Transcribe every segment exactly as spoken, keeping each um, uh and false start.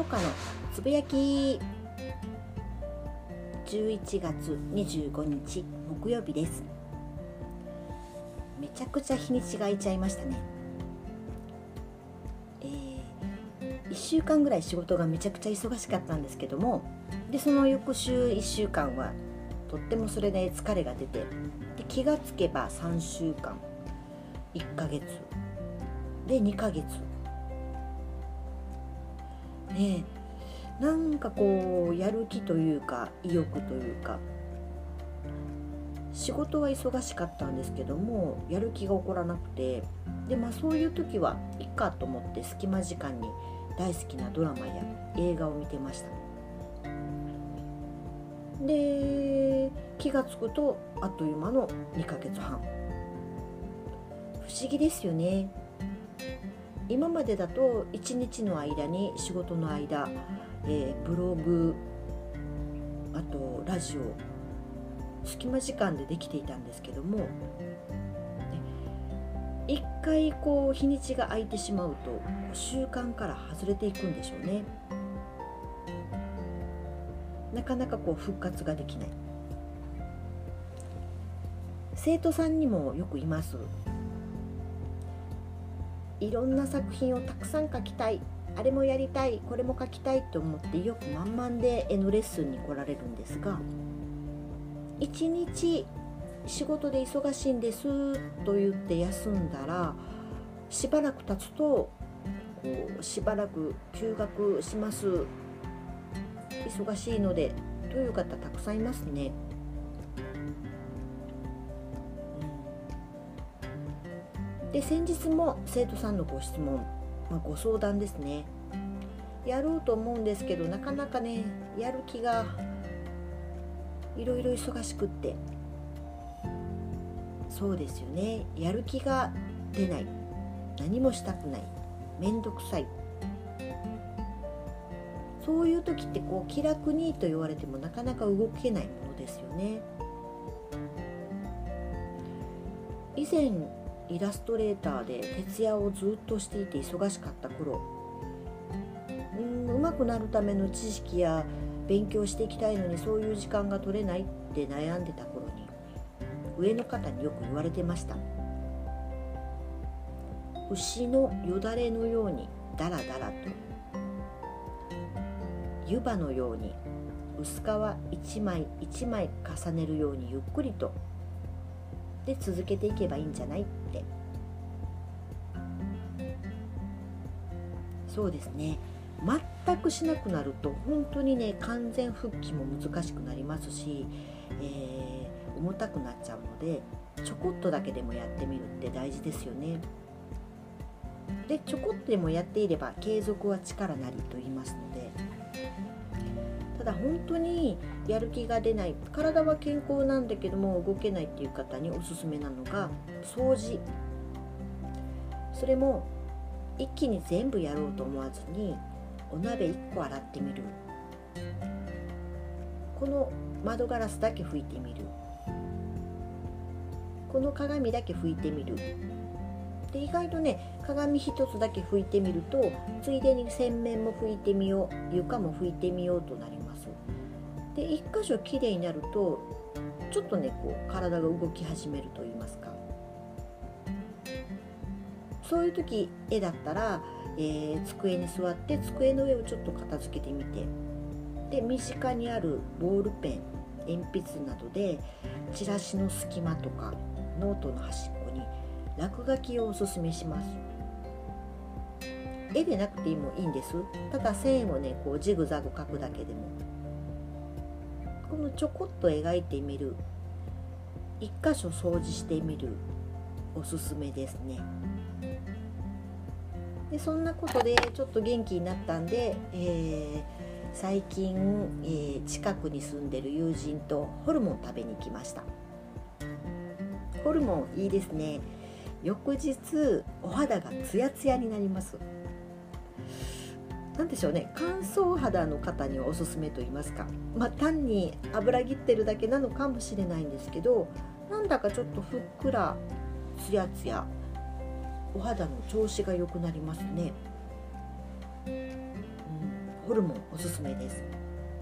農家のつぶやき。じゅういちがつにじゅうごにち木曜日です。めちゃくちゃ日にちが空いちゃいましたね。えー、いっしゅうかんぐらい仕事がめちゃくちゃ忙しかったんですけども、でその翌週いっしゅうかんはとってもそれで疲れが出て、で気がつけばさんしゅうかん、いっかげつでにかげつねえ、なんかこうやる気というか意欲というか、仕事は忙しかったんですけどもやる気が起こらなくて、でまあそういう時はいっかと思って隙間時間に大好きなドラマや映画を見てました。で気がつくとあっという間のにかげつはん。不思議ですよね。今までだといちにちの間に仕事の間、えー、ブログ、あとラジオ、隙間時間でできていたんですけども、一回こう日にちが空いてしまうと習慣から外れていくんでしょうね。なかなかこう復活ができない。生徒さんにもよくいます。いろんな作品をたくさん書きたい、あれもやりたい、これも書きたいと思って意欲満々で絵のレッスンに来られるんですが、一日仕事で忙しいんですと言って休んだら、しばらく経つとこうしばらく休学します、忙しいのでという方たくさんいますね。で先日も生徒さんのご質問、まあ、ご相談ですね。やろうと思うんですけどなかなかねやる気がいろいろ忙しくって、そうですよね、やる気が出ない、何もしたくない、めんどくさい、そういう時ってこう気楽にと言われてもなかなか動けないものですよね。以前イラストレーターで徹夜をずっとしていて忙しかった頃、うーんうまくなるための知識や勉強していきたいのにそういう時間が取れないって悩んでた頃に、上の方によく言われてました。牛のよだれのようにダラダラと、湯葉のように薄皮一枚一枚重ねるようにゆっくりとで続けていけばいいんじゃないって。そうですね、全くしなくなると本当にね完全復帰も難しくなりますし、えー、重たくなっちゃうので、ちょこっとだけでもやってみるって大事ですよね。でちょこっとでもやっていれば継続は力なりと言いますので、ただ本当にやる気が出ない、体は健康なんだけども動けないっていう方におすすめなのが掃除。それも一気に全部やろうと思わずにお鍋いっこ洗ってみる、この窓ガラスだけ拭いてみる、この鏡だけ拭いてみる。で意外とね鏡一つだけ拭いてみるとついでに洗面も拭いてみよう、床も拭いてみようとなります。で一箇所きれいになるとちょっとねこう体が動き始めると言いますか、そういう時絵だったら、えー、机に座って机の上をちょっと片付けてみて、で身近にあるボールペン、鉛筆などでチラシの隙間とかノートの端っこに落書きをおすすめします。絵でなくてもいいんです。ただ線をねこうジグザグ描くだけでも、このちょこっと描いてみる、一箇所掃除してみる、おすすめですね。でそんなことでちょっと元気になったんで、えー、最近、えー、近くに住んでる友人とホルモン食べに行きました。ホルモンいいですね。翌日お肌がツヤツヤになります。なんでしょうね、乾燥肌の方にはおすすめと言いますか、まあ、単に油切ってるだけなのかもしれないんですけど、なんだかちょっとふっくらツヤツヤ、お肌の調子が良くなりますね。うん、 ホルモンおすすめです。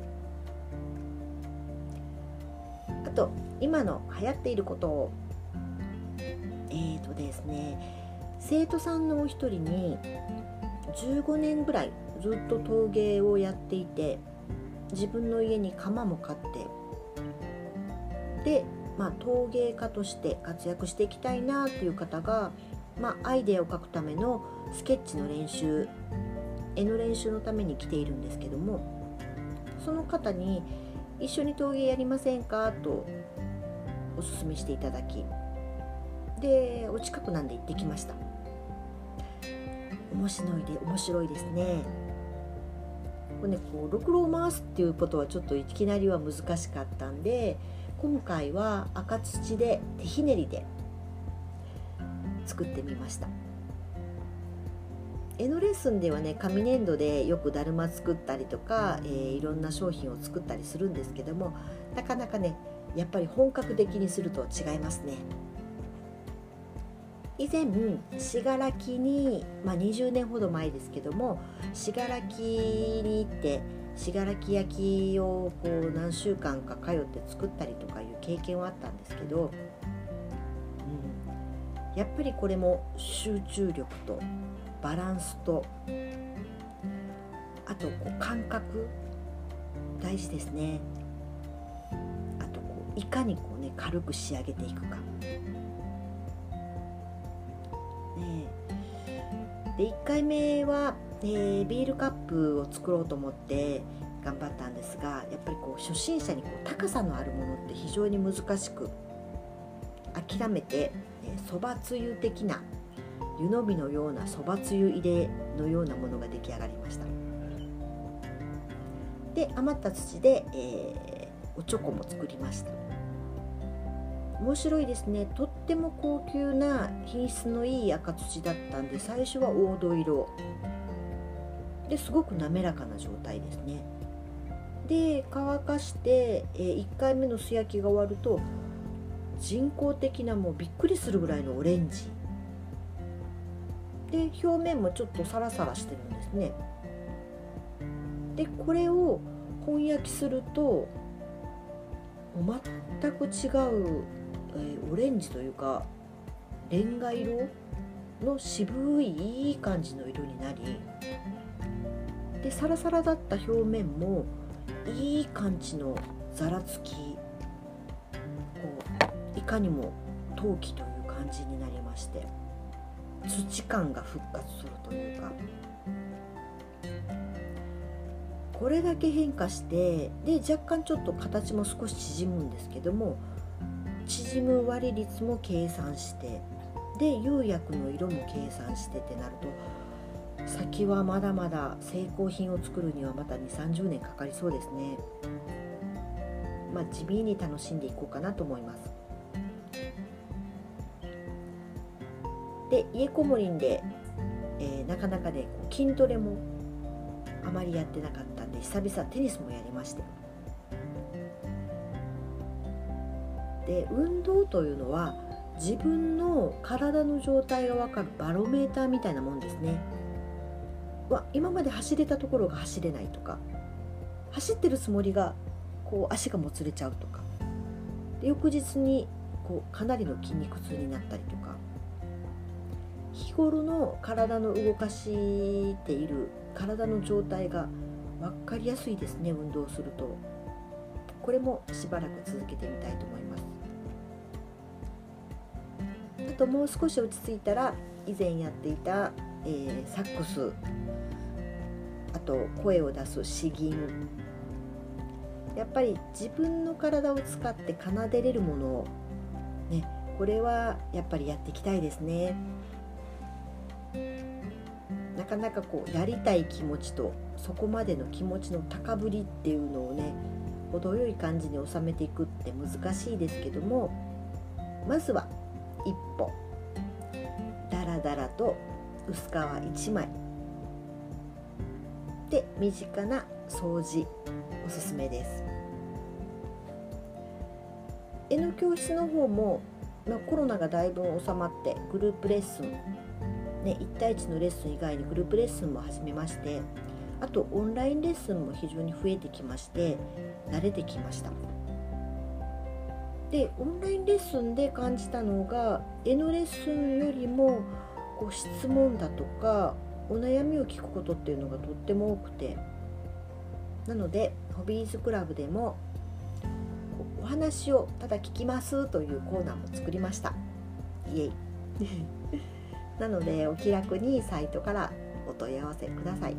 あと今の流行っていることをえーとですね生徒さんのお一人にじゅうごねんぐらいずっと陶芸をやっていて、自分の家に窯も買ってで、まあ、陶芸家として活躍していきたいなという方が、まあ、アイデアを描くためのスケッチの練習、絵の練習のために来ているんですけども、その方に一緒に陶芸やりませんかとお勧めしていただき、でお近くなんで行ってきました。面白いで面白いですね。これね、こうろくろを回すっていうことはちょっといきなりは難しかったんで、今回は赤土で手ひねりで作ってみました。絵のレッスンではね、紙粘土でよくだるま作ったりとか、えー、いろんな商品を作ったりするんですけども、なかなかねやっぱり本格的にすると違いますね。以前信楽に、まあ、にじゅうねんほど前ですけども、信楽に行って信楽焼をこう何週間か通って作ったりとかいう経験はあったんですけど、うん、やっぱりこれも集中力とバランスと、あとこう感覚大事ですね。あとこういかにこう、ね、軽く仕上げていくか、ね、でいっかいめは、えー、ビールカップを作ろうと思って頑張ったんですが、やっぱりこう初心者にこう高さのあるものって非常に難しく、諦めてそばつゆ的な湯飲みのようなそばつゆ入れのようなものが出来上がりました。で余った土で、えー、おちょこも作りました。面白いですね。とっても高級な品質のいい赤土だったんで、最初は黄土色ですごく滑らかな状態ですね。で乾かして、えー、いっかいめの素焼きが終わると人工的な、もうびっくりするぐらいのオレンジで、表面もちょっとサラサラしてるんですね。でこれを本焼きすると全く違う、えー、オレンジというかレンガ色の渋いいい感じの色になり、でサラサラだった表面もいい感じのざらつき、こういかにも陶器という感じになりまして、土感が復活するというか、これだけ変化して、で若干ちょっと形も少し縮むんですけども、縮む割率も計算して、で釉薬の色も計算してってなると、先はまだまだ成功品を作るにはまたにじゅうさんじゅうねんかかりそうですね。まあ地味に楽しんでいこうかなと思います。で家こもりんで、えー、なかなかで、ね、筋トレもあまりやってなかったんで、久々テニスもやりまして、で運動というのは自分の体の状態が分かるバロメーターみたいなもんですね。わ今まで走れたところが走れないとか、走ってるつもりがこう足がもつれちゃうとか、で翌日にこうかなりの筋肉痛になったりとか、日頃の体の動かしている体の状態が分かりやすいですね、運動すると。これもしばらく続けてみたいと思います。あともう少し落ち着いたら、以前やっていた、えー、サックス、あと声を出す詩吟、やっぱり自分の体を使って奏でれるものを、ね、これはやっぱりやっていきたいですね。なかなかこうやりたい気持ちとそこまでの気持ちの高ぶりっていうのをね、程よい感じに収めていくって難しいですけども、まずは一歩だらだらと薄皮いちまいで身近な掃除おすすめです。絵の教室の方も、まあ、コロナがだいぶ収まってグループレッスン、ね、いち対いちのレッスン以外にグループレッスンも始めまして、 あとオンラインレッスンも非常に増えてきまして、慣れてきました。でオンラインレッスンで感じたのが、 N レッスンよりもこう質問だとかお悩みを聞くことっていうのがとっても多くて、なのでホビーズクラブでもお話をただ聞きますというコーナーも作りました。イエイなのでお気楽にサイトからお問い合わせください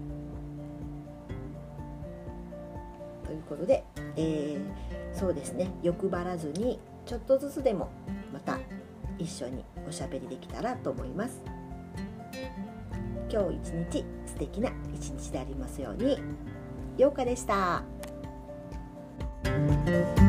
ということで、えー、そうですね、欲張らずにちょっとずつでもまた一緒におしゃべりできたらと思います。今日一日素敵な一日でありますように。ようかでした。